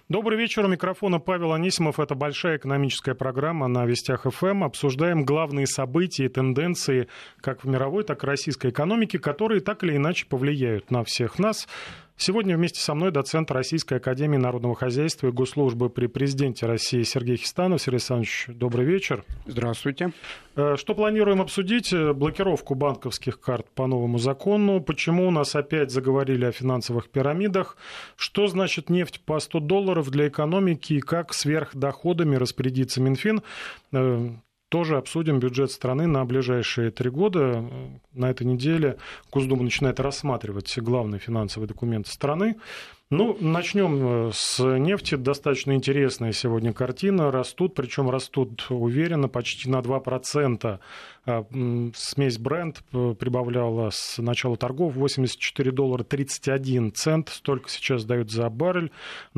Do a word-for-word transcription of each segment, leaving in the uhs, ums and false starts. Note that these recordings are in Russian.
Добрый вечер. У микрофона Павел Анисимов. Это большая экономическая программа на Вестях эф эм. Обсуждаем главные события и тенденции как в мировой, так и российской экономике, которые так или иначе повлияют на всех нас. Сегодня вместе со мной доцент Российской академии народного хозяйства и госслужбы при президенте России Сергей Хистанов. Сергей Александрович, добрый вечер. Здравствуйте. Что планируем обсудить? Блокировку банковских карт по новому закону. Почему у нас опять заговорили о финансовых пирамидах? Что значит нефть по сто долларов для экономики и как сверхдоходами распорядится Минфин? Тоже обсудим бюджет страны на ближайшие три года. На этой неделе Госдума начинает рассматривать главный финансовый документ страны. Ну, начнем с нефти. Достаточно интересная сегодня картина. Растут, причем растут уверенно, почти на два процента. Смесь Brent прибавляла с начала торгов восемьдесят четыре доллара тридцать один цент. Столько сейчас дают за баррель.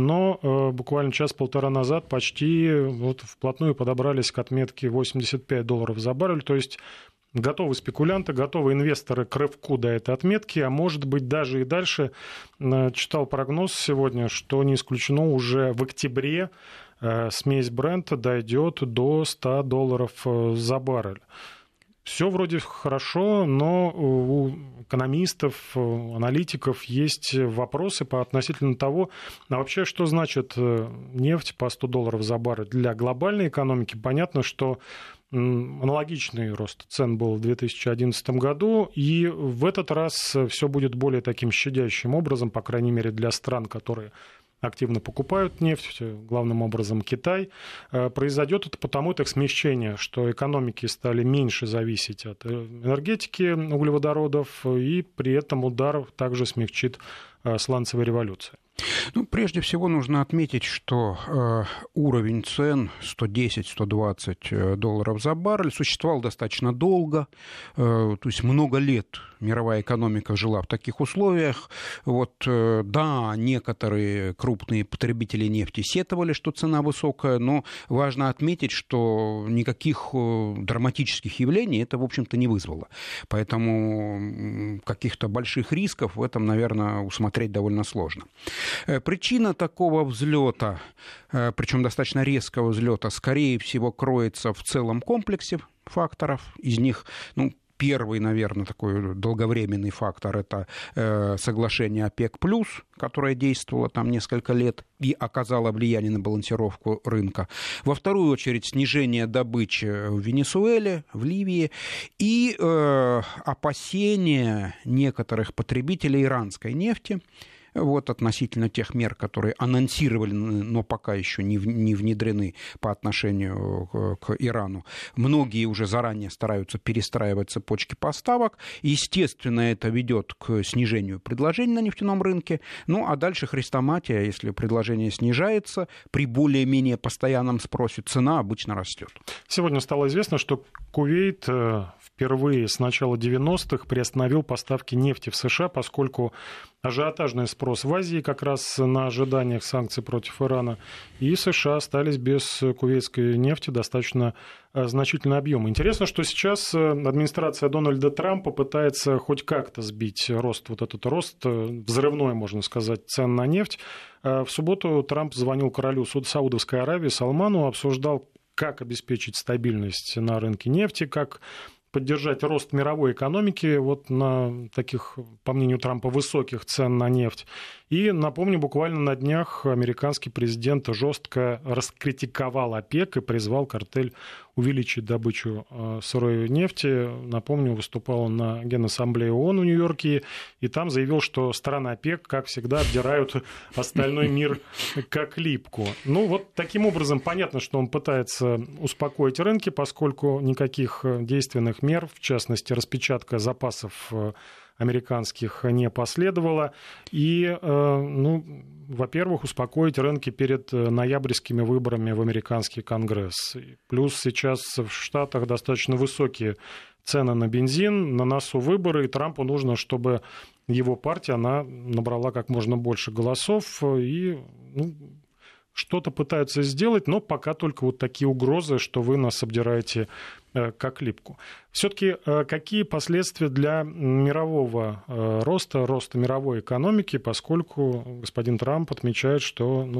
Но буквально час-полтора назад почти вот вплотную подобрались к отметке восемьдесят пять долларов за баррель. То есть готовы спекулянты, готовы инвесторы к рывку до этой отметки, а может быть даже и дальше. Читал прогноз сегодня, что не исключено уже в октябре смесь Брента дойдет до ста долларов за баррель. Все вроде хорошо, но у экономистов, аналитиков есть вопросы по относительно того, а вообще что значит нефть по сто долларов за баррель для глобальной экономики. Понятно, что аналогичный рост цен был в две тысячи одиннадцатом году, и в этот раз все будет более таким щадящим образом, по крайней мере для стран, которые активно покупают нефть, главным образом Китай. Произойдет это потому, так смещение, что экономики стали меньше зависеть от энергетики, углеводородов, и при этом удар также смягчит сланцевая революция. Ну, прежде всего нужно отметить, что э, уровень цен сто десять - сто двадцать долларов за баррель существовал достаточно долго, э, то есть много лет мировая экономика жила в таких условиях. Вот, э, да, некоторые крупные потребители нефти сетовали, что цена высокая, но важно отметить, что никаких э, драматических явлений это, в общем-то, не вызвало. Поэтому э, каких-то больших рисков в этом, наверное, усмотреть довольно сложно. Причина такого взлета, причем достаточно резкого взлета, скорее всего, кроется в целом комплексе факторов. Из них, ну, первый, наверное, такой долговременный фактор – это соглашение ОПЕК+, которое действовало там несколько лет и оказало влияние на балансировку рынка. Во вторую очередь, снижение добычи в Венесуэле, в Ливии и э, опасения некоторых потребителей иранской нефти, вот, относительно тех мер, которые анонсировали, но пока еще не внедрены по отношению к Ирану. Многие уже заранее стараются перестраивать цепочки поставок. Естественно, это ведет к снижению предложений на нефтяном рынке. Ну, а дальше хрестоматия. Если предложение снижается, при более-менее постоянном спросе цена обычно растет. Сегодня стало известно, что Кувейт впервые с начала девяностых приостановил поставки нефти в США, поскольку ажиотажный спрос в Азии как раз на ожиданиях санкций против Ирана, и США остались без кувейтской нефти достаточно значительный объем. Интересно, что сейчас администрация Дональда Трампа пытается хоть как-то сбить рост, вот этот рост, взрывной, можно сказать, цен на нефть. В субботу Трамп звонил королю Саудовской Аравии Салману, обсуждал, как обеспечить стабильность на рынке нефти, как поддержать рост мировой экономики вот на таких, по мнению Трампа, высоких цен на нефть. И, напомню, буквально на днях американский президент жестко раскритиковал ОПЕК и призвал картель увеличить добычу сырой нефти. Напомню, выступал он на Генассамблее ООН в Нью-Йорке, и там заявил, что страны ОПЕК, как всегда, обдирают остальной мир как липку. Ну, вот таким образом понятно, что он пытается успокоить рынки, поскольку никаких действенных мер, в частности, распечатка запасов американских, не последовало. И, ну, во-первых, успокоить рынки перед ноябрьскими выборами в американский Конгресс. Плюс сейчас в Штатах достаточно высокие цены на бензин, на носу выборы, и Трампу нужно, чтобы его партия, она набрала как можно больше голосов, и, ну, что-то пытаются сделать, но пока только вот такие угрозы, что вы нас обдираете как липку. Все-таки какие последствия для мирового роста, роста мировой экономики, поскольку господин Трамп отмечает, что, ну,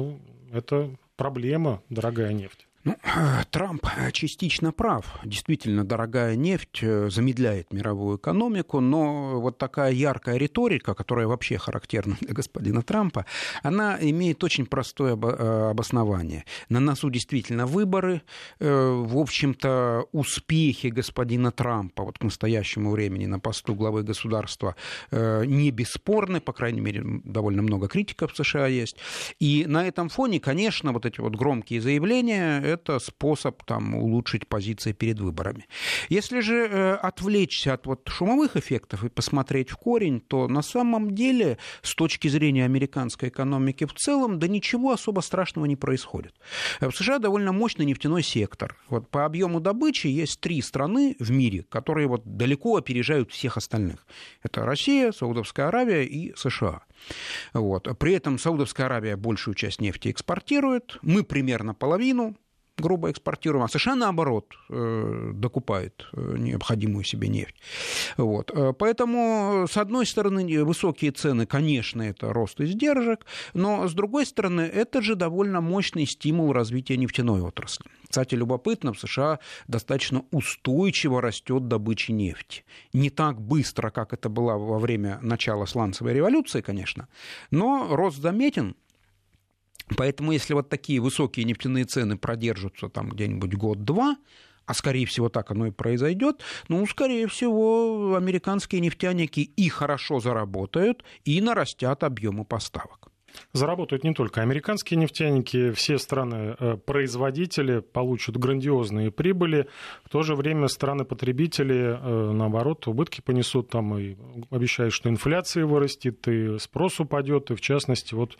это проблема, дорогая нефть. Ну, Трамп частично прав. Действительно, дорогая нефть замедляет мировую экономику, но вот такая яркая риторика, которая вообще характерна для господина Трампа, она имеет очень простое обоснование. На носу действительно выборы. В общем-то, успехи господина Трампа вот к настоящему времени на посту главы государства не бесспорны, по крайней мере, довольно много критиков в США есть. И на этом фоне, конечно, вот эти вот громкие заявления — это способ там улучшить позиции перед выборами. Если же э, отвлечься от вот шумовых эффектов и посмотреть в корень, то на самом деле с точки зрения американской экономики в целом, да ничего особо страшного не происходит. В США довольно мощный нефтяной сектор. Вот по объему добычи есть три страны в мире, которые вот далеко опережают всех остальных. Это Россия, Саудовская Аравия и США. Вот. При этом Саудовская Аравия большую часть нефти экспортирует, мы примерно половину грубо экспортируем, а США, наоборот, докупает необходимую себе нефть. Вот. Поэтому, с одной стороны, высокие цены, конечно, это рост издержек, но, с другой стороны, это же довольно мощный стимул развития нефтяной отрасли. Кстати, любопытно, в США достаточно устойчиво растет добыча нефти. Не так быстро, как это было во время начала сланцевой революции, конечно, но рост заметен. Поэтому, если вот такие высокие нефтяные цены продержатся там где-нибудь год-два, а скорее всего так оно и произойдет, ну, скорее всего, американские нефтяники и хорошо заработают, и нарастят объемы поставок. Заработают не только американские нефтяники, все страны-производители получат грандиозные прибыли, в то же время страны-потребители, наоборот, убытки понесут, там и обещают, что инфляция вырастет, и спрос упадет, и в частности, вот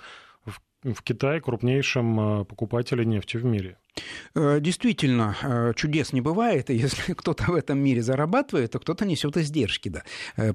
в Китае крупнейшем покупателе нефти в мире. Действительно, чудес не бывает, и если кто-то в этом мире зарабатывает, то кто-то несет издержки. Да.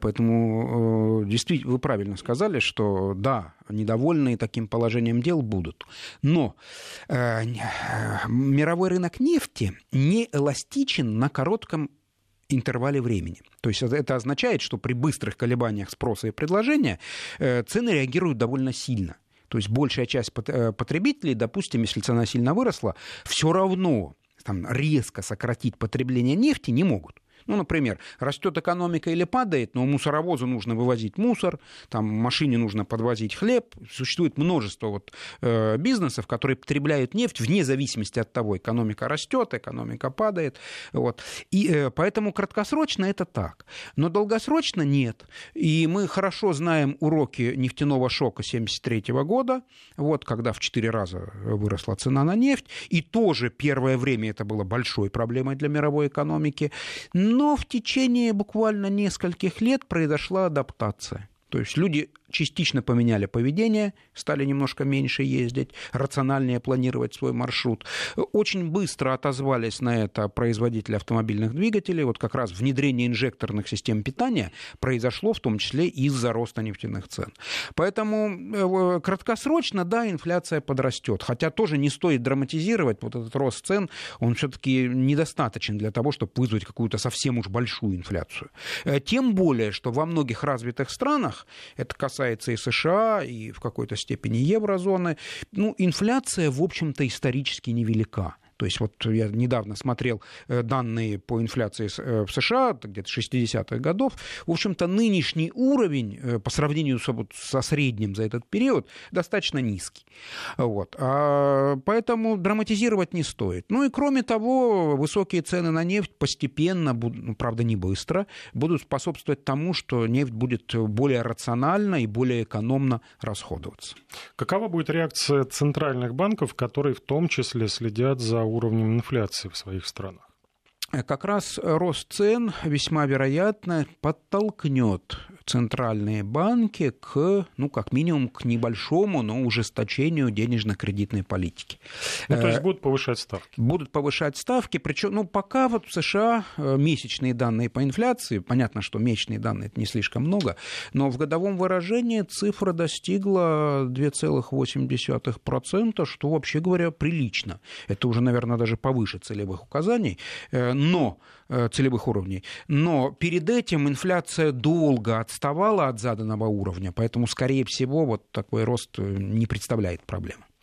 Поэтому действительно вы правильно сказали, что да, недовольные таким положением дел будут. Но э, мировой рынок нефти не эластичен на коротком интервале времени. То есть это означает, что при быстрых колебаниях спроса и предложения цены реагируют довольно сильно. То есть большая часть потребителей, допустим, если цена сильно выросла, все равно там, резко сократить потребление нефти не могут. Ну, например, растет экономика или падает, но мусоровозу нужно вывозить мусор, там машине нужно подвозить хлеб. Существует множество вот, э, бизнесов, которые потребляют нефть вне зависимости от того, экономика растет, экономика падает. Вот. И э, поэтому краткосрочно это так. Но долгосрочно нет. И мы хорошо знаем уроки нефтяного шока тысяча девятьсот семьдесят третьего года, вот, когда в четыре раза выросла цена на нефть. И тоже первое время это было большой проблемой для мировой экономики. Но в течение буквально нескольких лет произошла адаптация. То есть люди частично поменяли поведение, стали немножко меньше ездить, рациональнее планировать свой маршрут. Очень быстро отозвались на это производители автомобильных двигателей. Вот как раз внедрение инжекторных систем питания произошло в том числе из-за роста нефтяных цен. Поэтому краткосрочно, да, инфляция подрастет. Хотя тоже не стоит драматизировать. Вот этот рост цен, он все-таки недостаточен для того, чтобы вызвать какую-то совсем уж большую инфляцию. Тем более, что во многих развитых странах, это касается и США, и в какой-то степени еврозоны, ну, инфляция, в общем-то, исторически невелика. То есть вот я недавно смотрел данные по инфляции в США, где-то шестидесятых годов. В общем-то, нынешний уровень по сравнению со средним за этот период достаточно низкий. Вот. Поэтому драматизировать не стоит. Ну и кроме того, высокие цены на нефть постепенно, ну, правда не быстро, будут способствовать тому, что нефть будет более рационально и более экономно расходоваться. Какова будет реакция центральных банков, которые в том числе следят за уровнем инфляции в своих странах? Как раз рост цен весьма вероятно подтолкнет центральные банки к, ну, как минимум, к небольшому, но ужесточению денежно-кредитной политики. Ну, то есть будут повышать ставки? Будут повышать ставки, причем, ну, пока вот в США месячные данные по инфляции, понятно, что месячные данные это не слишком много, но в годовом выражении цифра достигла две целых восемь десятых процента, что, вообще говоря, прилично. Это уже, наверное, даже повыше целевых указаний, но целевых уровней. Но перед этим инфляция долго отставала от заданного уровня, поэтому, скорее всего, вот такой рост не представляет проблемы.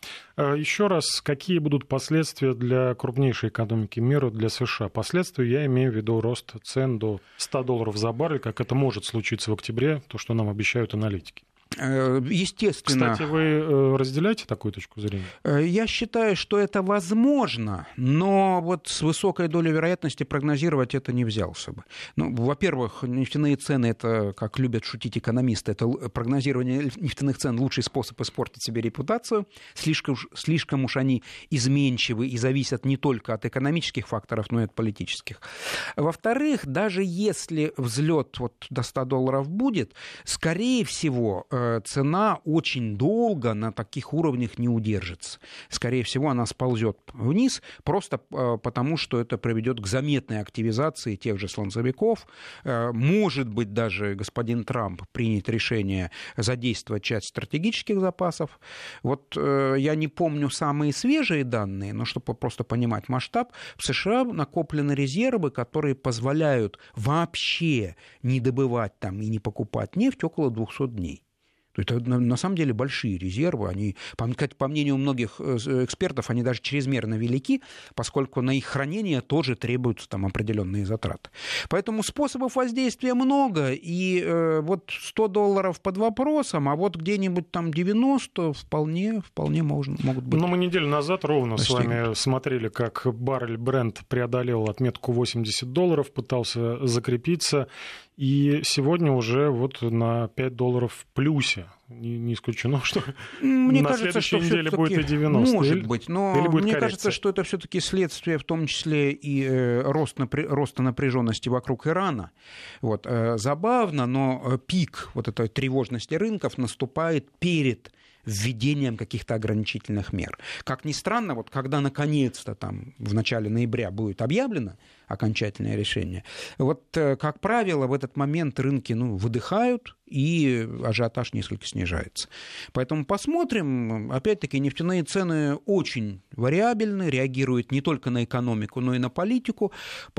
Еще раз, какие будут последствия для крупнейшей экономики мира, для США? Последствия, я имею в виду рост цен до ста долларов за баррель, как это может случиться в октябре, то, что нам обещают аналитики. Естественно. Кстати, вы разделяете такую точку зрения? Я считаю, что это возможно, но вот с высокой долей вероятности прогнозировать это не взялся бы. Ну, во-первых, нефтяные цены, это, как любят шутить экономисты, это прогнозирование нефтяных цен лучший способ испортить себе репутацию. Слишком, слишком уж они изменчивы и зависят не только от экономических факторов, но и от политических. Во-вторых, даже если взлет вот до ста долларов будет, скорее всего, цена очень долго на таких уровнях не удержится. Скорее всего, она сползет вниз, просто потому, что это приведет к заметной активизации тех же слонцовиков. Может быть, даже господин Трамп принят решение задействовать часть стратегических запасов. Вот я не помню самые свежие данные, но чтобы просто понимать масштаб, в США накоплены резервы, которые позволяют вообще не добывать там и не покупать нефть около двухсот дней. Это на самом деле большие резервы. Они, по мнению многих экспертов, они даже чрезмерно велики, поскольку на их хранение тоже требуются там определенные затраты. Поэтому способов воздействия много. И э, вот сто долларов под вопросом, а вот где-нибудь там девяносто вполне, вполне можно, могут быть. Но мы неделю назад ровно достигнут. С вами смотрели, как баррель Brent преодолел отметку восемьдесят долларов, пытался закрепиться. И сегодня уже вот на пять долларов в плюсе. Не, не исключено, что мне на кажется, следующей что неделе будет и девяносто. Может или, быть, но или будет мне коррекция. Кажется, что это все-таки следствие, в том числе и э, рост напря... роста напряженности вокруг Ирана. Вот, э, забавно, но пик вот этой тревожности рынков наступает перед введением каких-то ограничительных мер. Как ни странно, вот когда наконец-то там в начале ноября будет объявлено окончательное решение, вот, как правило, в этот момент рынки ну, выдыхают, и ажиотаж несколько снижается. Поэтому посмотрим. Опять-таки, нефтяные цены очень вариабельны, реагируют не только на экономику, но и на политику,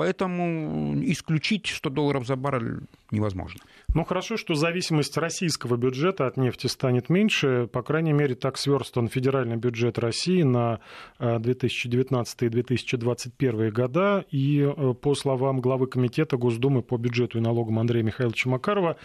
поэтому исключить сто долларов за баррель невозможно. Ну, хорошо, что зависимость российского бюджета от нефти станет меньше. По крайней мере, так сверстан федеральный бюджет России на две тысячи девятнадцатый - две тысячи двадцать первый года. И по словам главы комитета Госдумы по бюджету и налогам Андрея Михайловича Макарова,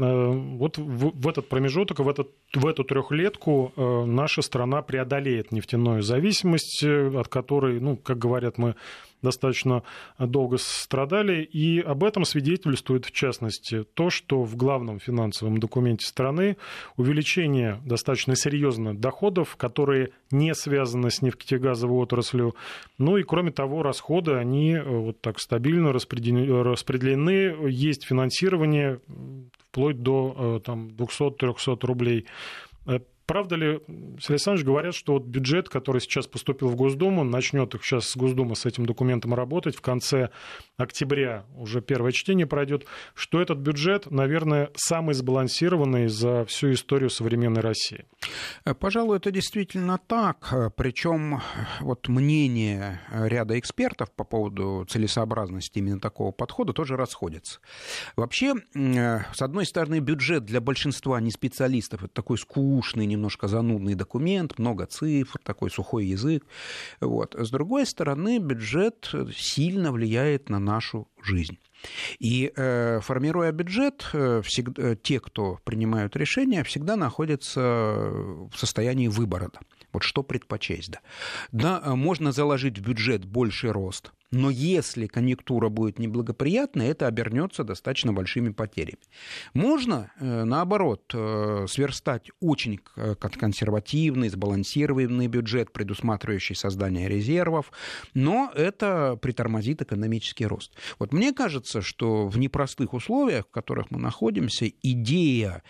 вот в, в этот промежуток, в, этот, в эту трехлетку наша страна преодолеет нефтяную зависимость, от которой, ну, как говорят, мы достаточно долго страдали, и об этом свидетельствует, в частности, то, что в главном финансовом документе страны увеличение достаточно серьезно доходов, которые не связаны с нефтегазовой отраслью, ну и, кроме того, расходы, они вот так стабильно распределены, есть финансирование вплоть до там, двухсот-трехсот рублей. Правда ли, Сергей Александрович, говорят, что вот бюджет, который сейчас поступил в Госдуму, начнет их сейчас Госдума с этим документом работать, в конце октября уже первое чтение пройдет, что этот бюджет, наверное, самый сбалансированный за всю историю современной России? Пожалуй, это действительно так. Причем вот мнение ряда экспертов по поводу целесообразности именно такого подхода тоже расходятся. Вообще, с одной стороны, бюджет для большинства неспециалистов это такой скучный, немножко занудный документ, много цифр, такой сухой язык. Вот. С другой стороны, бюджет сильно влияет на нашу жизнь. И э, формируя бюджет, всегда, те, кто принимают решения, всегда находятся в состоянии выбора. Вот что предпочесть. Да. Да, можно заложить в бюджет больший рост, но если конъюнктура будет неблагоприятной, это обернется достаточно большими потерями. Можно, наоборот, сверстать очень консервативный, сбалансированный бюджет, предусматривающий создание резервов, но это притормозит экономический рост. Вот мне кажется, что в непростых условиях, в которых мы находимся, идея,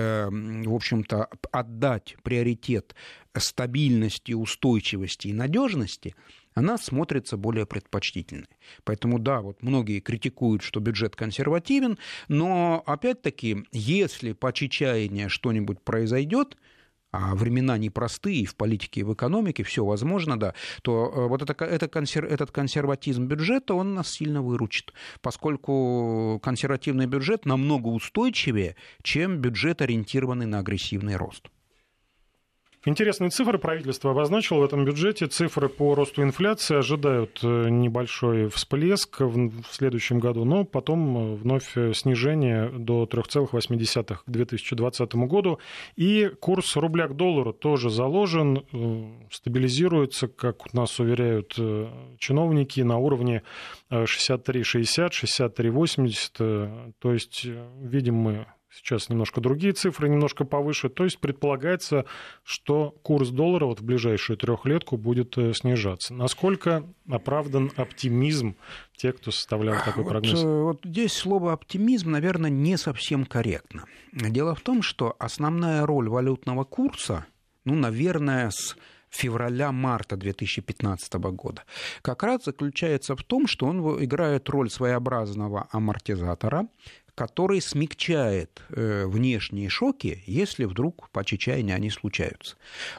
в общем-то, отдать приоритет стабильности, устойчивости и надежности, она смотрится более предпочтительной. Поэтому, да, вот многие критикуют, что бюджет консервативен, но, опять-таки, если по чечаянию что-нибудь произойдет, а времена непростые в политике и в экономике, все возможно, да, то вот это, это консер, этот консерватизм бюджета, он нас сильно выручит, поскольку консервативный бюджет намного устойчивее, чем бюджет, ориентированный на агрессивный рост. Интересные цифры правительство обозначило в этом бюджете. Цифры по росту инфляции ожидают небольшой всплеск в следующем году, но потом вновь снижение до три целых восемь десятых к две тысячи двадцатому году. И курс рубля к доллару тоже заложен, стабилизируется, как нас уверяют чиновники, на уровне шестьдесят три шестьдесят, шестьдесят три восемьдесят. То есть видим мы сейчас немножко другие цифры, немножко повыше. То есть предполагается, что курс доллара вот в ближайшую трехлетку будет снижаться. Насколько оправдан оптимизм тех, кто составлял такой вот, прогноз? Вот здесь слово «оптимизм», наверное, не совсем корректно. Дело в том, что основная роль валютного курса, ну, наверное, с февраля-марта две тысячи пятнадцатого года, как раз заключается в том, что он играет роль своеобразного амортизатора, который смягчает э, внешние шоки, если вдруг по чаяния они случаются.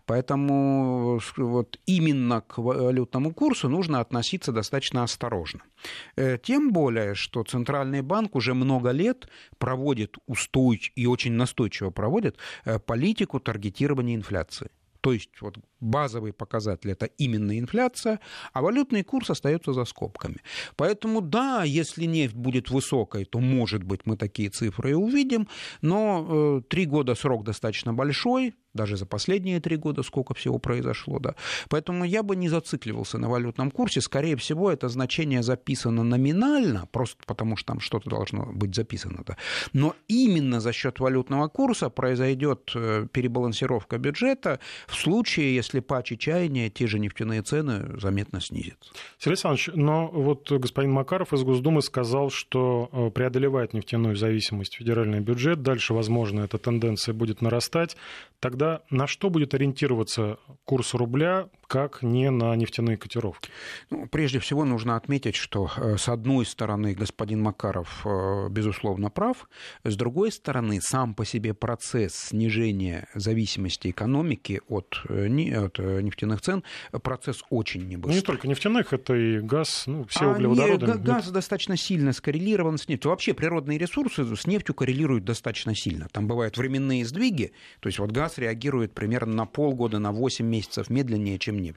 Поэтому вот именно к валютному курсу нужно относиться достаточно осторожно. Э, тем более, что Центральный банк уже много лет проводит устойчиво и очень настойчиво проводит э, политику таргетирования инфляции. То есть вот базовый показатель – это именно инфляция, а валютный курс остается за скобками. Поэтому да, если нефть будет высокой, то, может быть, мы такие цифры и увидим, но э, три года срок достаточно большой, даже за последние три года сколько всего произошло, да. Поэтому я бы не зацикливался на валютном курсе. Скорее всего, это значение записано номинально, просто потому что там что-то должно быть записано, да. Но именно за счет валютного курса произойдет перебалансировка бюджета в случае, если по чаяния те же нефтяные цены заметно снизятся. Сергей Александрович, но вот господин Макаров из Госдумы сказал, что преодолевает нефтяную зависимость федеральный бюджет. Дальше, возможно, эта тенденция будет нарастать. Тогда на что будет ориентироваться курс рубля, как не на нефтяные котировки? Ну, прежде всего нужно отметить, что с одной стороны господин Макаров, безусловно, прав, с другой стороны сам по себе процесс снижения зависимости экономики от, от нефтяных цен, процесс очень небыстрый. Не только нефтяных, это и газ, ну, все углеводороды. А не, газ достаточно сильно скоррелирован с нефтью. Вообще природные ресурсы с нефтью коррелируют достаточно сильно. Там бывают временные сдвиги, то есть вот газ реагирует примерно на полгода, на восемь месяцев медленнее, чем нефть.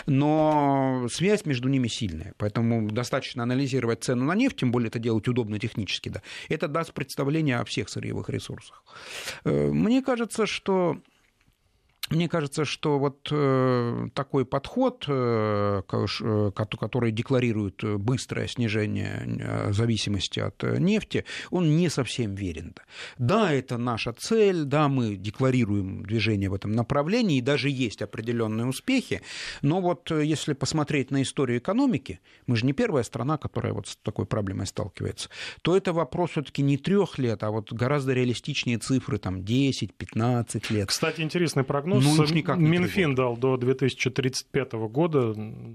Но связь между ними сильная, поэтому достаточно анализировать цену на нефть, тем более это делать удобно технически. Да. Это даст представление о всех сырьевых ресурсах. Мне кажется, что... Мне кажется, что вот э, такой подход, э, который декларирует быстрое снижение зависимости от нефти, он не совсем верен. Да, это наша цель, да, мы декларируем движение в этом направлении, и даже есть определенные успехи, но вот если посмотреть на историю экономики, мы же не первая страна, которая вот с такой проблемой сталкивается, то это вопрос все-таки не трех лет, а вот гораздо реалистичнее цифры, там, десять-пятнадцать лет. Кстати, интересный прогноз. Ну, уж никак не Минфин дал до две тысячи тридцать пятого года.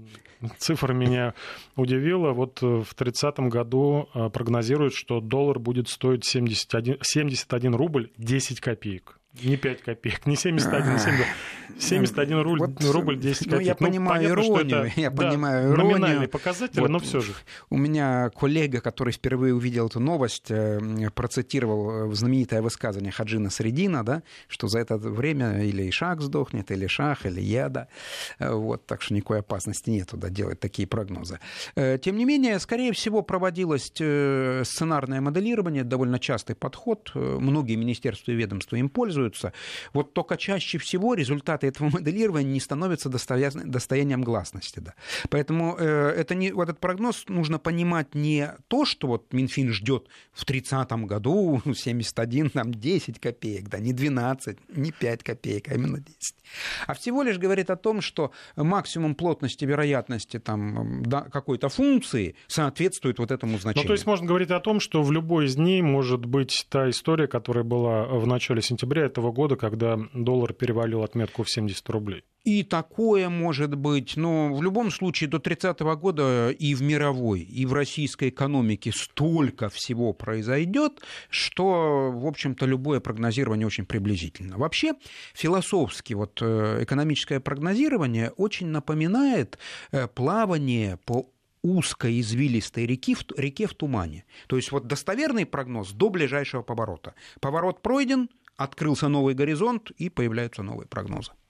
Цифра меня удивила. Вот в тридцатом году прогнозируют, что доллар будет стоить семьдесят один, семьдесят один рубль десять копеек. Не пять копеек, не семьдесят один, семьдесят один рубль, вот, рубль десять копеек. Ну, я понимаю ну, понятно, иронию, это, я да, понимаю иронию. Номинальные показатели, вот, но все же. У меня коллега, который впервые увидел эту новость, процитировал знаменитое высказывание Хаджи Насреддина, да, что за это время или Ишак сдохнет, или Шах, или я, да. Вот, так что никакой опасности нету, да, делать такие прогнозы. Тем не менее, скорее всего, проводилось сценарное моделирование, довольно частый подход. Многие министерства и ведомства им пользуются. Вот только чаще всего результаты этого моделирования не становятся достоянием гласности. Да. Поэтому э, это не, вот этот прогноз нужно понимать не то, что вот Минфин ждет в тридцатом году семьдесят один, там, десять копеек, да, не двенадцать, не пять копеек, а именно десять. А всего лишь говорит о том, что максимум плотности вероятности там, да, какой-то функции соответствует вот этому значению. Ну, то есть можно говорить о том, что в любой из дней может быть та история, которая была в начале сентября этого года, когда доллар перевалил отметку в семьдесят рублей. И такое может быть, но в любом случае до тридцатого года и в мировой, и в российской экономике столько всего произойдет, что, в общем-то, любое прогнозирование очень приблизительно. Вообще, философски вот, экономическое прогнозирование очень напоминает плавание по узкой извилистой реки, реке в тумане. То есть вот достоверный прогноз до ближайшего поворота. Поворот пройден, открылся новый горизонт, и появляются новые прогнозы.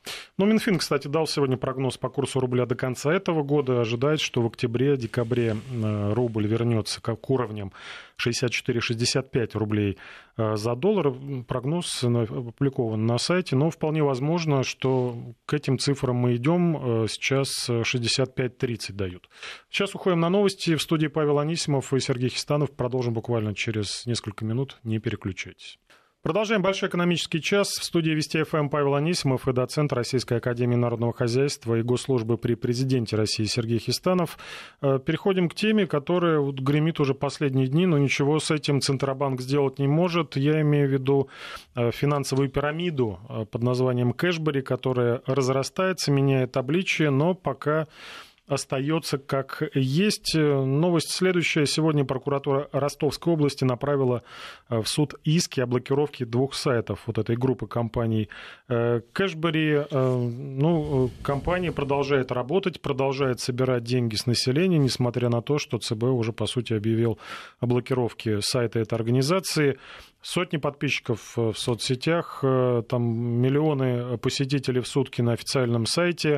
Ну, Минфин, кстати, дал сегодня прогноз по курсу рубля до конца этого года. Ожидает, что в октябре-декабре рубль вернется к уровням шестьдесят четыре - шестьдесят пять рублей за доллар. Прогноз опубликован на сайте, но вполне возможно, что к этим цифрам мы идем. Сейчас шестьдесят пять тридцать дают. Сейчас уходим на новости. В студии Павел Анисимов и Сергей Хистанов. Продолжим буквально через несколько минут. Не переключайтесь. Продолжаем большой экономический час. В студии Вести ФМ Павел Анисимов и доцент Российской академии народного хозяйства и госслужбы при президенте России Сергей Хистанов. Переходим к теме, которая вот гремит уже последние дни, но ничего с этим Центробанк сделать не может. Я имею в виду финансовую пирамиду под названием Кэшбери, которая разрастается, меняет обличие, но пока остается как есть. Новость следующая. Сегодня прокуратура Ростовской области направила в суд иски о блокировке двух сайтов вот этой группы компаний Кэшбери. Ну, компания продолжает работать, продолжает собирать деньги с населения, несмотря на то, что ЦБ уже, по сути, объявил о блокировке сайта этой организации. Сотни подписчиков в соцсетях, там миллионы посетителей в сутки на официальном сайте.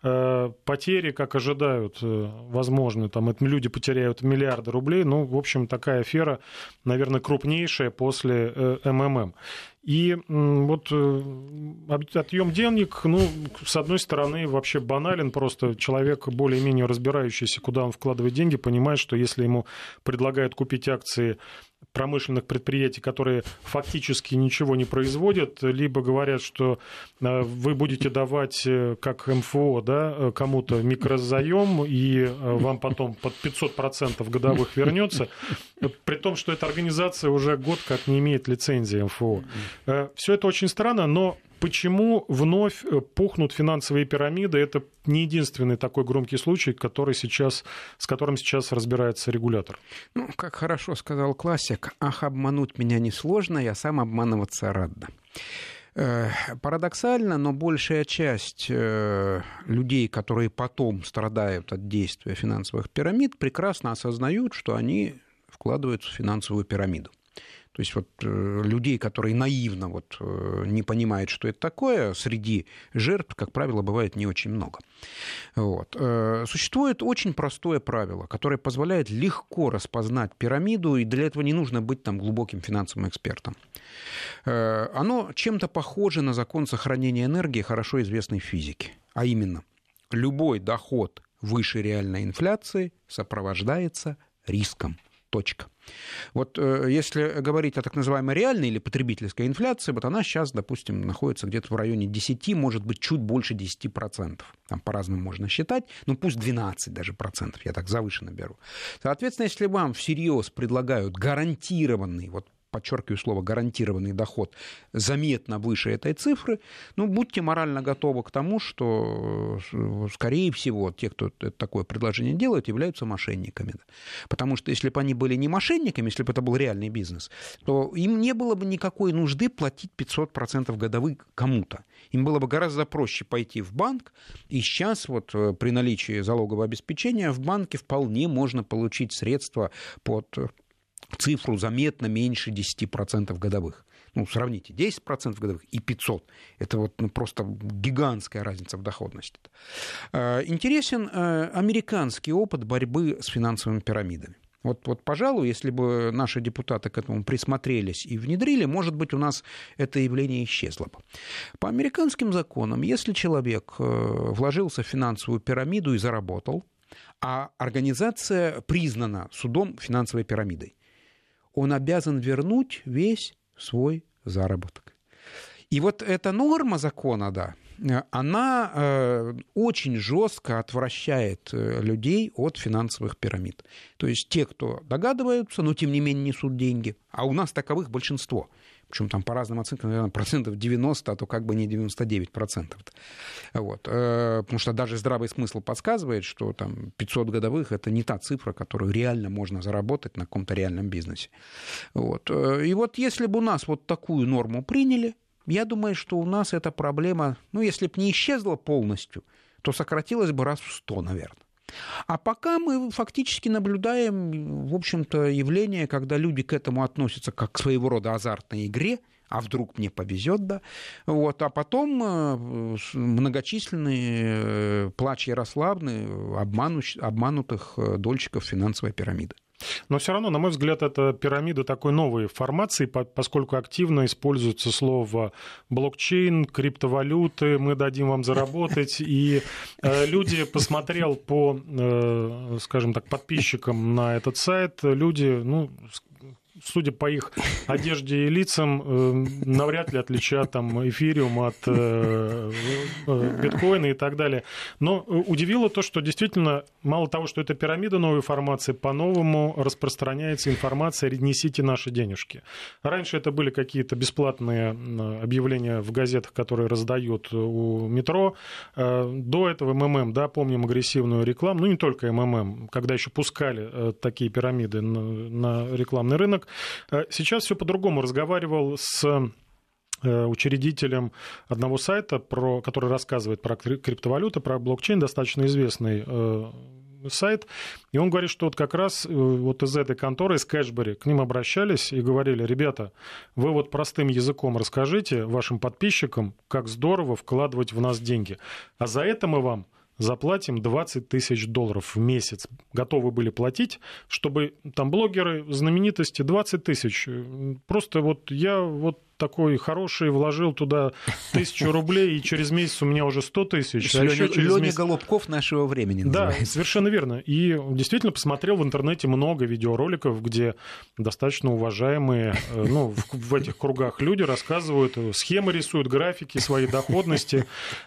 Потери, как ожидают, возможны, там люди потеряют миллиарды рублей. Ну, в общем, такая афера, наверное, крупнейшая после эм эм эм. И вот отъем денег, ну, с одной стороны, вообще банален, просто человек, более-менее разбирающийся, куда он вкладывает деньги, понимает, что если ему предлагают купить акции промышленных предприятий, которые фактически ничего не производят, либо говорят, что вы будете давать, как эм эф о, да, кому-то микрозаем, и вам потом под пятьсот процентов годовых вернется, при том, что эта организация уже год как не имеет лицензии эм эф о. Все это очень странно, но почему вновь пухнут финансовые пирамиды? Это не единственный такой громкий случай, который сейчас, с которым сейчас разбирается регулятор. Ну, как хорошо сказал классик, ах, обмануть меня несложно, я сам обманываться рад. Парадоксально, но большая часть людей, которые потом страдают от действия финансовых пирамид, прекрасно осознают, что они вкладываются в финансовую пирамиду. То есть вот людей, которые наивно вот не понимают, что это такое, среди жертв, как правило, бывает не очень много. Вот. Существует очень простое правило, которое позволяет легко распознать пирамиду, и для этого не нужно быть там глубоким финансовым экспертом. Оно чем-то похоже на закон сохранения энергии, хорошо известной в физике. А именно, любой доход выше реальной инфляции сопровождается риском. Точка. Вот если говорить о так называемой реальной или потребительской инфляции, вот она сейчас, допустим, находится где-то в районе десять, может быть, чуть больше десять процентов. Там по-разному можно считать, ну пусть двенадцать даже процентов, я так завышенно беру. Соответственно, если вам всерьез предлагают гарантированный, вот подчеркиваю слово гарантированный доход, заметно выше этой цифры, ну, будьте морально готовы к тому, что, скорее всего, те, кто такое предложение делает, являются мошенниками. Потому что если бы они были не мошенниками, если бы это был реальный бизнес, то им не было бы никакой нужды платить пятьсот процентов годовых кому-то. Им было бы гораздо проще пойти в банк, и сейчас вот при наличии залогового обеспечения в банке вполне можно получить средства под цифру заметно меньше десять процентов годовых. Ну, сравните, десять процентов годовых и пятьсот. Это вот ну, просто гигантская разница в доходности. Интересен американский опыт борьбы с финансовыми пирамидами. Вот, вот, пожалуй, если бы наши депутаты к этому присмотрелись и внедрили, может быть, у нас это явление исчезло бы. По американским законам, если человек вложился в финансовую пирамиду и заработал, а организация признана судом финансовой пирамидой, он обязан вернуть весь свой заработок. И вот эта норма закона, да, она э, очень жестко отвращает людей от финансовых пирамид. То есть те, кто догадываются, но тем не менее несут деньги, а у нас таковых большинство. Причем там по разным оценкам, наверное, процентов девяносто, а то как бы не девяносто девять процентов. Вот. Потому что даже здравый смысл подсказывает, что там пятьсот годовых – это не та цифра, которую реально можно заработать на каком-то реальном бизнесе. Вот. И вот если бы у нас вот такую норму приняли, я думаю, что у нас эта проблема, ну, если бы не исчезла полностью, то сократилась бы раз в сто, наверное. А пока мы фактически наблюдаем, в общем-то, явление, когда люди к этому относятся как к своего рода азартной игре, а вдруг мне повезет, да, вот, а потом многочисленные плач Ярославны обманутых дольщиков финансовой пирамиды. Но все равно, на мой взгляд, это пирамида такой новой формации, поскольку активно используется слово блокчейн, криптовалюты, мы дадим вам заработать. И э, люди, посмотрел по, э, скажем так, подписчикам на этот сайт, люди, ну, судя по их одежде и лицам, навряд ли отличат там эфириум от биткоина и так далее. Но удивило то, что действительно, мало того, что это пирамида новой формации, по-новому распространяется информация «несите наши денежки». Раньше это были какие-то бесплатные объявления в газетах, которые раздают у метро. До этого МММ, да, помним агрессивную рекламу, ну не только МММ, когда еще пускали такие пирамиды на рекламный рынок. Сейчас все по-другому. Разговаривал с учредителем одного сайта, про, который рассказывает про криптовалюты, про блокчейн, достаточно известный сайт, и он говорит, что вот как раз вот из этой конторы, из Кэшбери, к ним обращались и говорили: ребята, вы вот простым языком расскажите вашим подписчикам, как здорово вкладывать в нас деньги, а за это мы вам заплатим двадцать тысяч долларов в месяц. Готовы были платить, чтобы там блогеры, знаменитости, двадцать тысяч. Просто вот я вот такой хороший, вложил туда тысячу рублей, и через месяц у меня уже сто тысяч. А Леня, Леня месяц... Голубков нашего времени называется. Да, совершенно верно. И действительно посмотрел в интернете много видеороликов, где достаточно уважаемые, ну, в, в этих кругах люди рассказывают, схемы рисуют, графики своей доходности.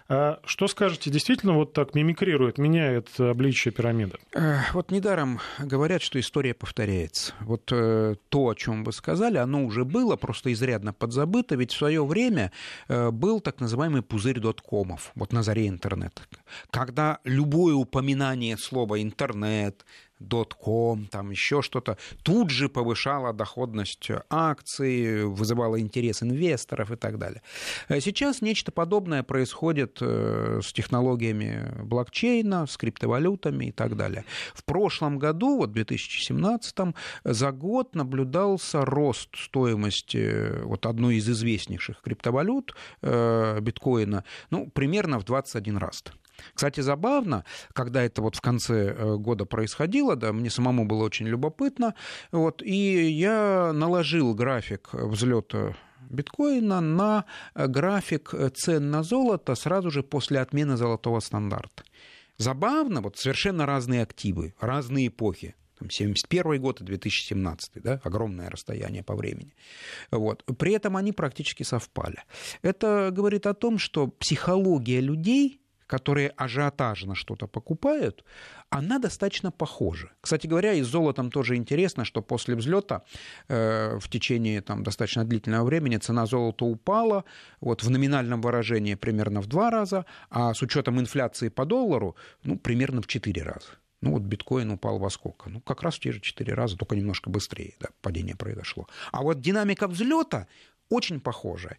А что скажете, действительно вот так мимикрирует, меняет обличие пирамиды? Вот недаром говорят, что история повторяется. Вот то, о чем вы сказали, оно уже было, просто изрядно подзабыто. Забыто, ведь в свое время был так называемый пузырь доткомов, вот на заре интернета, когда любое упоминание слова «интернет», дотком, там еще что-то, тут же повышало доходность акций, вызывало интерес инвесторов и так далее. Сейчас нечто подобное происходит с технологиями блокчейна, с криптовалютами и так далее. В прошлом году, вот в две тысячи семнадцатом, за год наблюдался рост стоимости вот одной из известнейших криптовалют, биткоина, ну, примерно в двадцать один раз. Кстати, забавно, когда это вот в конце года происходило, да, мне самому было очень любопытно, вот, и я наложил график взлета биткоина на график цен на золото сразу же после отмены золотого стандарта. Забавно, вот совершенно разные активы, разные эпохи. семьдесят первый год и две тысячи семнадцатый, да, огромное расстояние по времени. Вот. При этом они практически совпали. Это говорит о том, что психология людей, которые ажиотажно что-то покупают, она достаточно похожа. Кстати говоря, и с золотом тоже интересно, что после взлета э, в течение там, достаточно длительного времени цена золота упала вот, в номинальном выражении примерно в два раза, а с учетом инфляции по доллару ну, примерно в четыре раза. Ну вот биткоин упал во сколько? Ну как раз в те же четыре раза, только немножко быстрее, да, падение произошло. А вот динамика взлета очень похожая.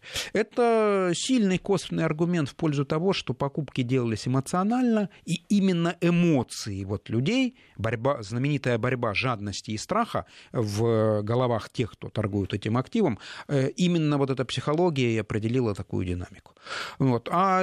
Это сильный косвенный аргумент в пользу того, что покупки делались эмоционально, и именно эмоции вот людей, борьба, знаменитая борьба жадности и страха в головах тех, кто торгует этим активом, именно вот эта психология и определила такую динамику. Вот. А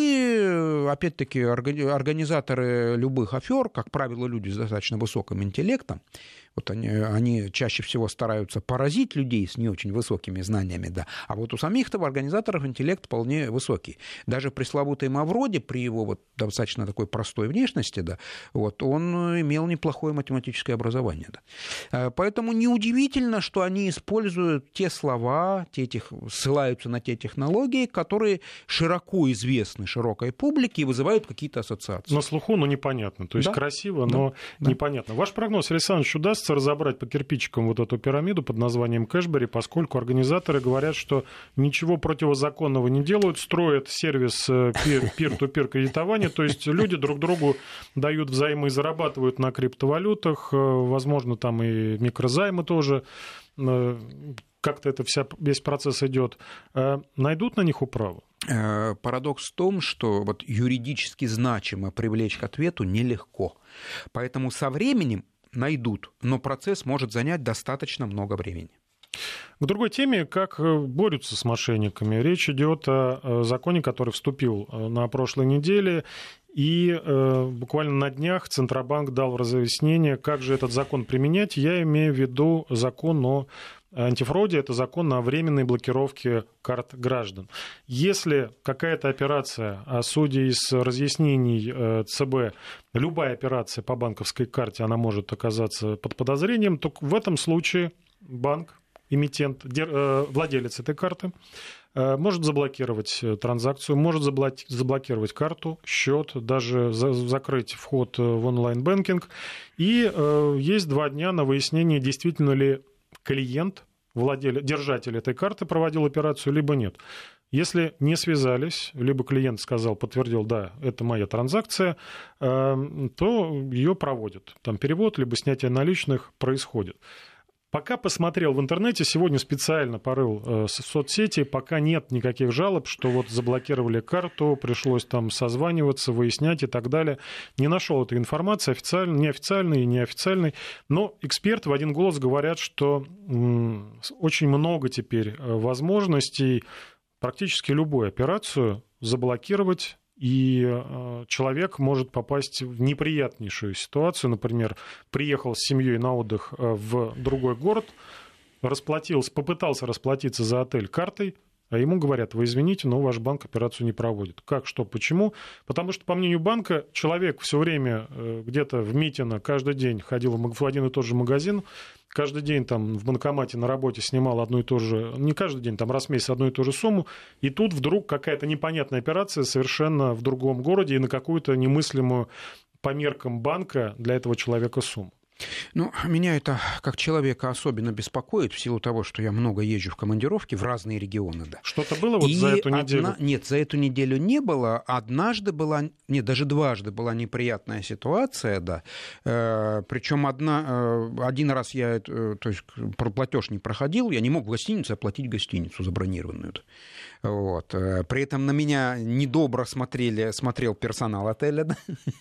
любые, опять-таки, организаторы любых афер, как правило, люди с достаточно высоким интеллектом, вот они, они чаще всего стараются поразить людей с не очень высокими знаниями, да. А вот у самих-то организаторов интеллект вполне высокий. Даже пресловутый Мавроди при его вот достаточно такой простой внешности, да, вот, он имел неплохое математическое образование. Да. Поэтому неудивительно, что они используют те слова, те тех, ссылаются на те технологии, которые широко известны широкой публике и вызывают какие-то ассоциации. На слуху, но непонятно. То есть да? красиво, но да. непонятно. Ваш прогноз, Александр Александрович, удастся разобрать по кирпичикам вот эту пирамиду под названием Кэшбери, поскольку организаторы говорят, что ничего противозаконного не делают, строят сервис пир-ту-пир кредитования, то есть люди друг другу дают взаймы и зарабатывают на криптовалютах, возможно, там и микрозаймы тоже, как-то это вся, весь процесс идет. Найдут на них управу? Парадокс в том, что вот юридически значимо привлечь к ответу нелегко, поэтому со временем найдут, но процесс может занять достаточно много времени. К другой теме, как борются с мошенниками. Речь идет о законе, который вступил на прошлой неделе, и э, буквально на днях Центробанк дал разъяснение, как же этот закон применять. Я имею в виду закон о антифроде, это закон о временной блокировке карт граждан. Если какая-то операция, а судя из разъяснений э, ЦБ, любая операция по банковской карте, она может оказаться под подозрением, то в этом случае банк, эмитент, владелец этой карты, может заблокировать транзакцию, может заблокировать карту, счет, даже закрыть вход в онлайн-бэнкинг. И есть два дня на выяснение, действительно ли клиент, владелец, держатель этой карты проводил операцию, либо нет. Если не связались, либо клиент сказал, подтвердил, да, это моя транзакция, то ее проводят. Там перевод, либо снятие наличных происходит. Пока посмотрел в интернете, сегодня специально порыл в соцсети, пока нет никаких жалоб, что вот заблокировали карту, пришлось там созваниваться, выяснять и так далее. Не нашел этой информации, официальной, неофициальной и неофициальной. Но эксперты в один голос говорят, что м- очень много теперь возможностей практически любую операцию заблокировать. И человек может попасть в неприятнейшую ситуацию. Например, приехал с семьей на отдых в другой город, расплатился, попытался расплатиться за отель картой, а ему говорят, вы извините, но ваш банк операцию не проводит. Как, что, почему? Потому что, по мнению банка, человек все время где-то в Митино каждый день ходил в один и тот же магазин, каждый день там в банкомате на работе снимал одну и ту же, не каждый день, там раз в месяц одну и ту же сумму, и тут вдруг какая-то непонятная операция совершенно в другом городе и на какую-то немыслимую по меркам банка для этого человека сумму. Ну, меня это как человека особенно беспокоит в силу того, что я много езжу в командировки в разные регионы. Да. Что-то было вот и за эту одна... неделю? Нет, за эту неделю не было. Однажды была, нет, даже дважды была неприятная ситуация, да. Э, причем одна, э, один раз я, э, то есть платеж не проходил, я не мог в гостинице оплатить гостиницу забронированную. Вот. При этом на меня недобро смотрели, смотрел персонал отеля. Да?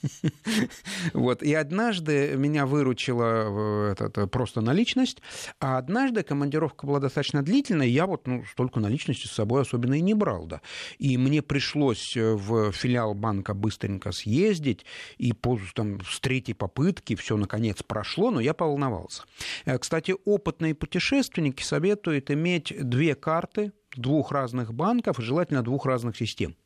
Вот. И однажды меня выручила это, просто наличность, а однажды командировка была достаточно длительная, и я вот ну, столько наличности с собой особенно и не брал. Да? И мне пришлось в филиал банка быстренько съездить, и там, с третьей попытки все наконец прошло, но я поволновался. Кстати, опытные путешественники советуют иметь две карты двух разных банков и желательно двух разных систем.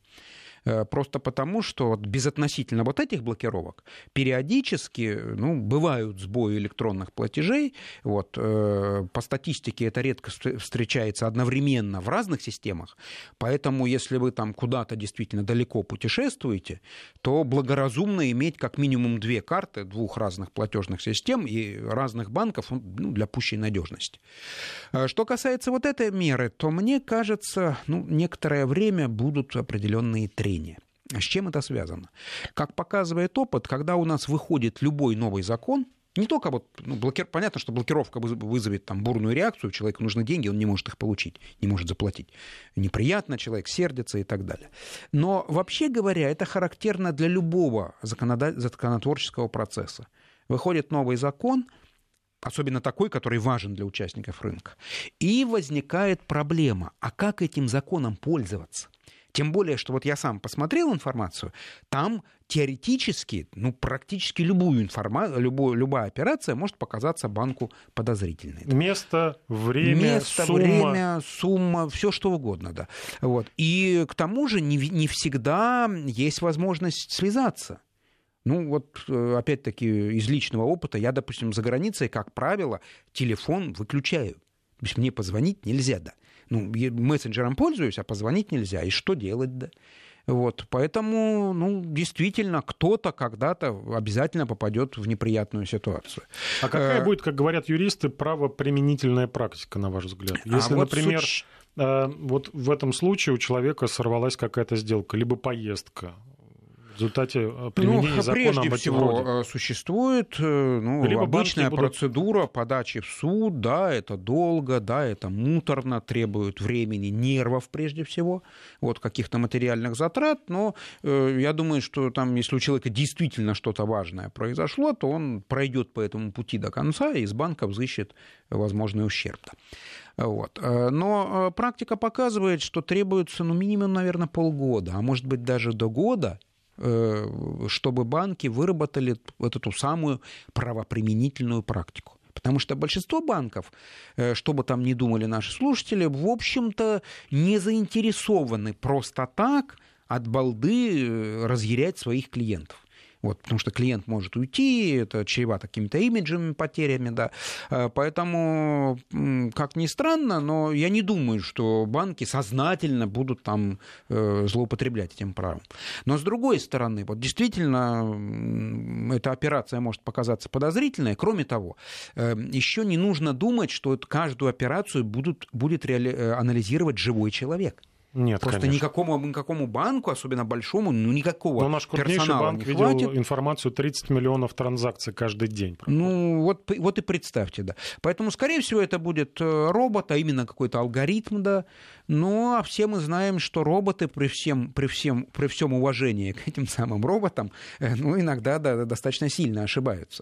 Просто потому, что безотносительно вот этих блокировок периодически ну, бывают сбои электронных платежей. Вот, э, по статистике это редко встречается одновременно в разных системах. Поэтому, если вы там куда-то действительно далеко путешествуете, то благоразумно иметь как минимум две карты двух разных платежных систем и разных банков ну, для пущей надежности. Что касается вот этой меры, то мне кажется, ну, некоторое время будут определенные трения. С чем это связано? Как показывает опыт, когда у нас выходит любой новый закон, не только вот, ну, блокир... понятно, что блокировка вызовет там бурную реакцию, человеку нужны деньги, он не может их получить, не может заплатить. Неприятно, человек сердится и так далее. Но вообще говоря, это характерно для любого законодатель... законотворческого процесса. Выходит новый закон, особенно такой, который важен для участников рынка, и возникает проблема, а как этим законом пользоваться? Тем более, что вот я сам посмотрел информацию, там теоретически, ну, практически любую информацию, любую, любая операция может показаться банку подозрительной. Место, время, Место, сумма. время, сумма, все что угодно, да. Вот. И к тому же не, не всегда есть возможность связаться. Ну, вот, опять-таки, из личного опыта, я, допустим, за границей, как правило, телефон выключаю. То есть мне позвонить нельзя, да. Ну, мессенджером пользуюсь, а позвонить нельзя. И что делать, да? Вот, поэтому, ну, действительно, кто-то когда-то обязательно попадет в неприятную ситуацию. А какая будет, как говорят юристы, правоприменительная практика, на ваш взгляд? Если, а вот например, суть... вот в этом случае у человека сорвалась какая-то сделка, либо поездка, В результате применения ну, закона прежде об всего этих существует ну, Либо обычная будут... процедура подачи в суд, да, это долго, да, это муторно, требует времени, нервов прежде всего, вот, каких-то материальных затрат, но э, я думаю, что там, если у человека действительно что-то важное произошло, то он пройдет по этому пути до конца и из банка взыщет возможный ущерб. Вот. Но практика показывает, что требуется ну, минимум, наверное, полгода, а может быть даже до года, чтобы банки выработали вот эту самую правоприменительную практику. Потому что большинство банков, что бы там ни думали наши слушатели, в общем-то не заинтересованы просто так от балды разъярять своих клиентов. Вот, потому что клиент может уйти, это чревато какими-то имиджевыми потерями, да. Поэтому, как ни странно, но я не думаю, что банки сознательно будут там злоупотреблять этим правом. Но с другой стороны, вот действительно эта операция может показаться подозрительной. Кроме того, еще не нужно думать, что каждую операцию будут, будет реали- анализировать живой человек. Нет, просто никакому, никакому банку, особенно большому, ну никакого Но наш крупнейший банк видел хватит. Информацию тридцать миллионов транзакций каждый день. Ну вот, вот и представьте, да. Поэтому, скорее всего, это будет робот, а именно какой-то алгоритм, да. Ну, а все мы знаем, что роботы при всем, при всем, при всем уважении к этим самым роботам, ну, иногда да, достаточно сильно ошибаются.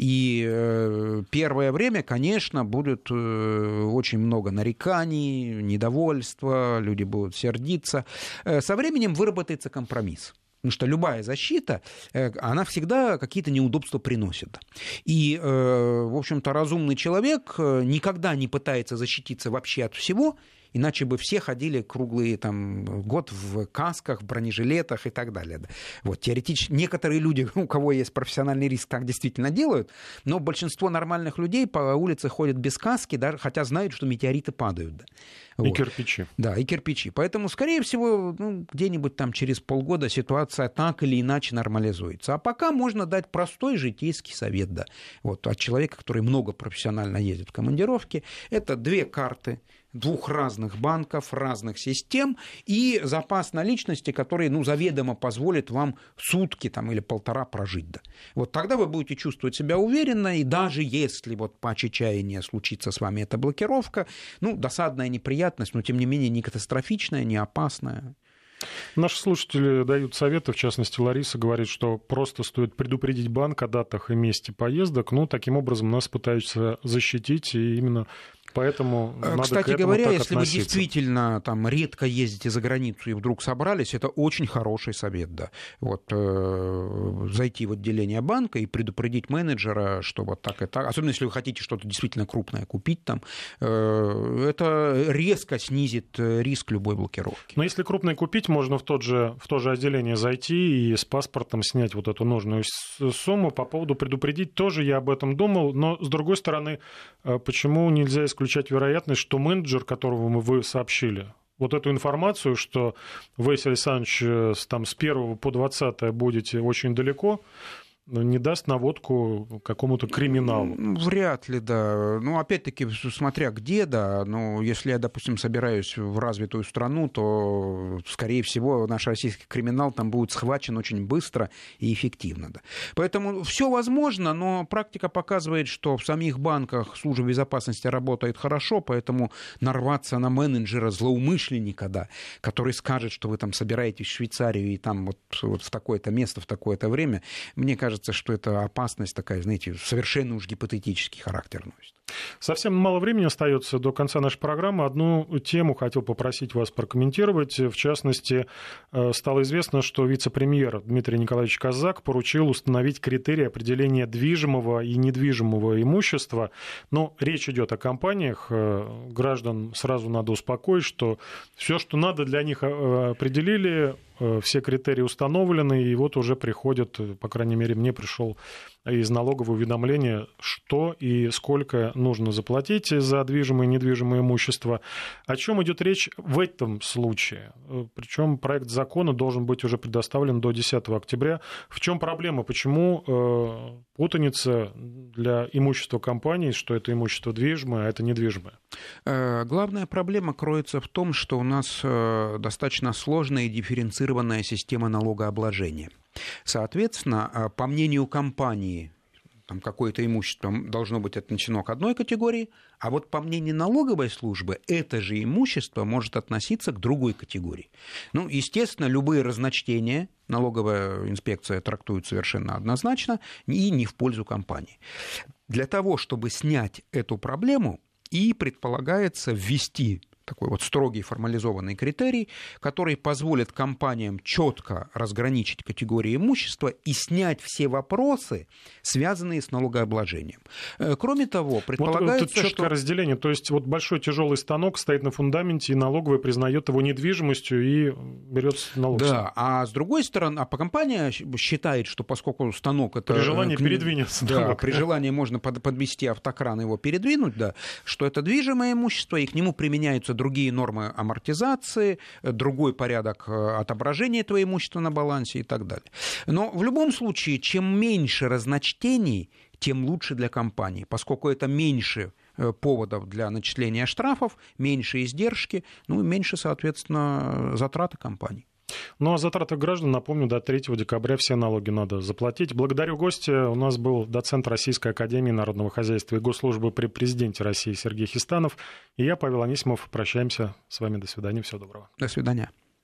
И э, первое время, конечно, будет э, очень много нареканий, недовольства, люди будут сердиться. Со временем выработается компромисс. Потому что любая защита, она всегда какие-то неудобства приносит. И, в общем-то, разумный человек никогда не пытается защититься вообще от всего, иначе бы все ходили круглый там, год в касках, в бронежилетах и так далее. Вот, теоретически некоторые люди, у кого есть профессиональный риск, так действительно делают, но большинство нормальных людей по улице ходят без каски, даже, хотя знают, что метеориты падают. Да. И вот. кирпичи. Да, и кирпичи. Поэтому, скорее всего, ну, где-нибудь там через полгода ситуация так или иначе нормализуется. А пока можно дать простой житейский совет, да, вот, от человека, который много профессионально ездит в командировке. Это две карты двух разных банков, разных систем и запас наличности, который, ну, заведомо позволит вам сутки там, или полтора прожить. Да. Вот тогда вы будете чувствовать себя уверенно, и даже если вот по чаяния случится с вами эта блокировка, ну, досадная неприятность, но тем не менее не катастрофичная, не опасная. Наши слушатели дают советы, в частности, Лариса говорит, что просто стоит предупредить банк о датах и месте поездок, ну, таким образом нас пытаются защитить, и именно поэтому надо Кстати к этому говоря, так если относиться. вы действительно там редко ездите за границу и вдруг собрались, это очень хороший совет, да. Вот э, зайти в отделение банка и предупредить менеджера, что вот так и так, особенно если вы хотите что-то действительно крупное купить там, э, это резко снизит риск любой блокировки. Но если крупное купить, можно в, тот же, в то же отделение зайти и с паспортом снять вот эту нужную сумму. По поводу предупредить тоже я об этом думал, но с другой стороны, почему нельзя исключать вероятность, что менеджер, которого вы сообщили, вот эту информацию, что вы, Василий Александрович, там, с первого по двадцатое будете очень далеко, не даст наводку какому-то криминалу. Вряд ли, да. Ну, опять-таки, смотря где, да. Ну, если я, допустим, собираюсь в развитую страну, то, скорее всего, наш российский криминал там будет схвачен очень быстро и эффективно. Да. Поэтому все возможно, но практика показывает, что в самих банках служба безопасности работает хорошо, поэтому нарваться на менеджера злоумышленника, да, который скажет, что вы там собираетесь в Швейцарию и там вот, вот в такое-то место, в такое-то время, мне кажется, что эта опасность такая, знаете, совершенно уж гипотетический характер носит. Совсем мало времени остается до конца нашей программы. Одну тему хотел попросить вас прокомментировать. В частности, стало известно, что вице-премьер Дмитрий Николаевич Казак поручил установить критерии определения движимого и недвижимого имущества. Но речь идет о компаниях. Граждан сразу надо успокоить, что все, что надо, для них определили, все критерии установлены, и вот уже приходят, по крайней мере, мне пришел из налогового уведомления, что и сколько нужно заплатить за движимое и недвижимое имущество. О чем идет речь в этом случае? Причем проект закона должен быть уже предоставлен до десятого октября. В чем проблема? Почему путаница для имущества компании, что это имущество движимое, а это недвижимое? Главная проблема кроется в том, что у нас достаточно сложная и дифференцированная система налогообложения. Соответственно, по мнению компании, там какое-то имущество должно быть отнесено к одной категории, а вот по мнению налоговой службы это же имущество может относиться к другой категории. Ну, естественно, любые разночтения налоговая инспекция трактует совершенно однозначно и не в пользу компании. Для того, чтобы снять эту проблему, и предполагается ввести такой вот строгий формализованный критерий, который позволит компаниям четко разграничить категории имущества и снять все вопросы, связанные с налогообложением. Кроме того, предполагается, вот, вот четкое что... разделение, то есть вот большой тяжелый станок стоит на фундаменте, и налоговая признает его недвижимостью и берет налог. Да, а с другой стороны, а по компания считает, что поскольку станок это... При желании к... передвинется. Да, при желании можно подвести автокран, его передвинуть, да, что это движимое имущество, и к нему применяются другие нормы амортизации, другой порядок отображения этого имущества на балансе и так далее. Но в любом случае, чем меньше разночтений, тем лучше для компании, поскольку это меньше поводов для начисления штрафов, меньше издержки, ну и меньше, соответственно, затраты компании. Ну, а затраты граждан, напомню, до третьего декабря все налоги надо заплатить. Благодарю гостя. У нас был доцент Российской академии народного хозяйства и госслужбы при президенте России Сергей Хистанов. И я, Павел Анисимов. Прощаемся с вами. До свидания. Всего доброго. До свидания.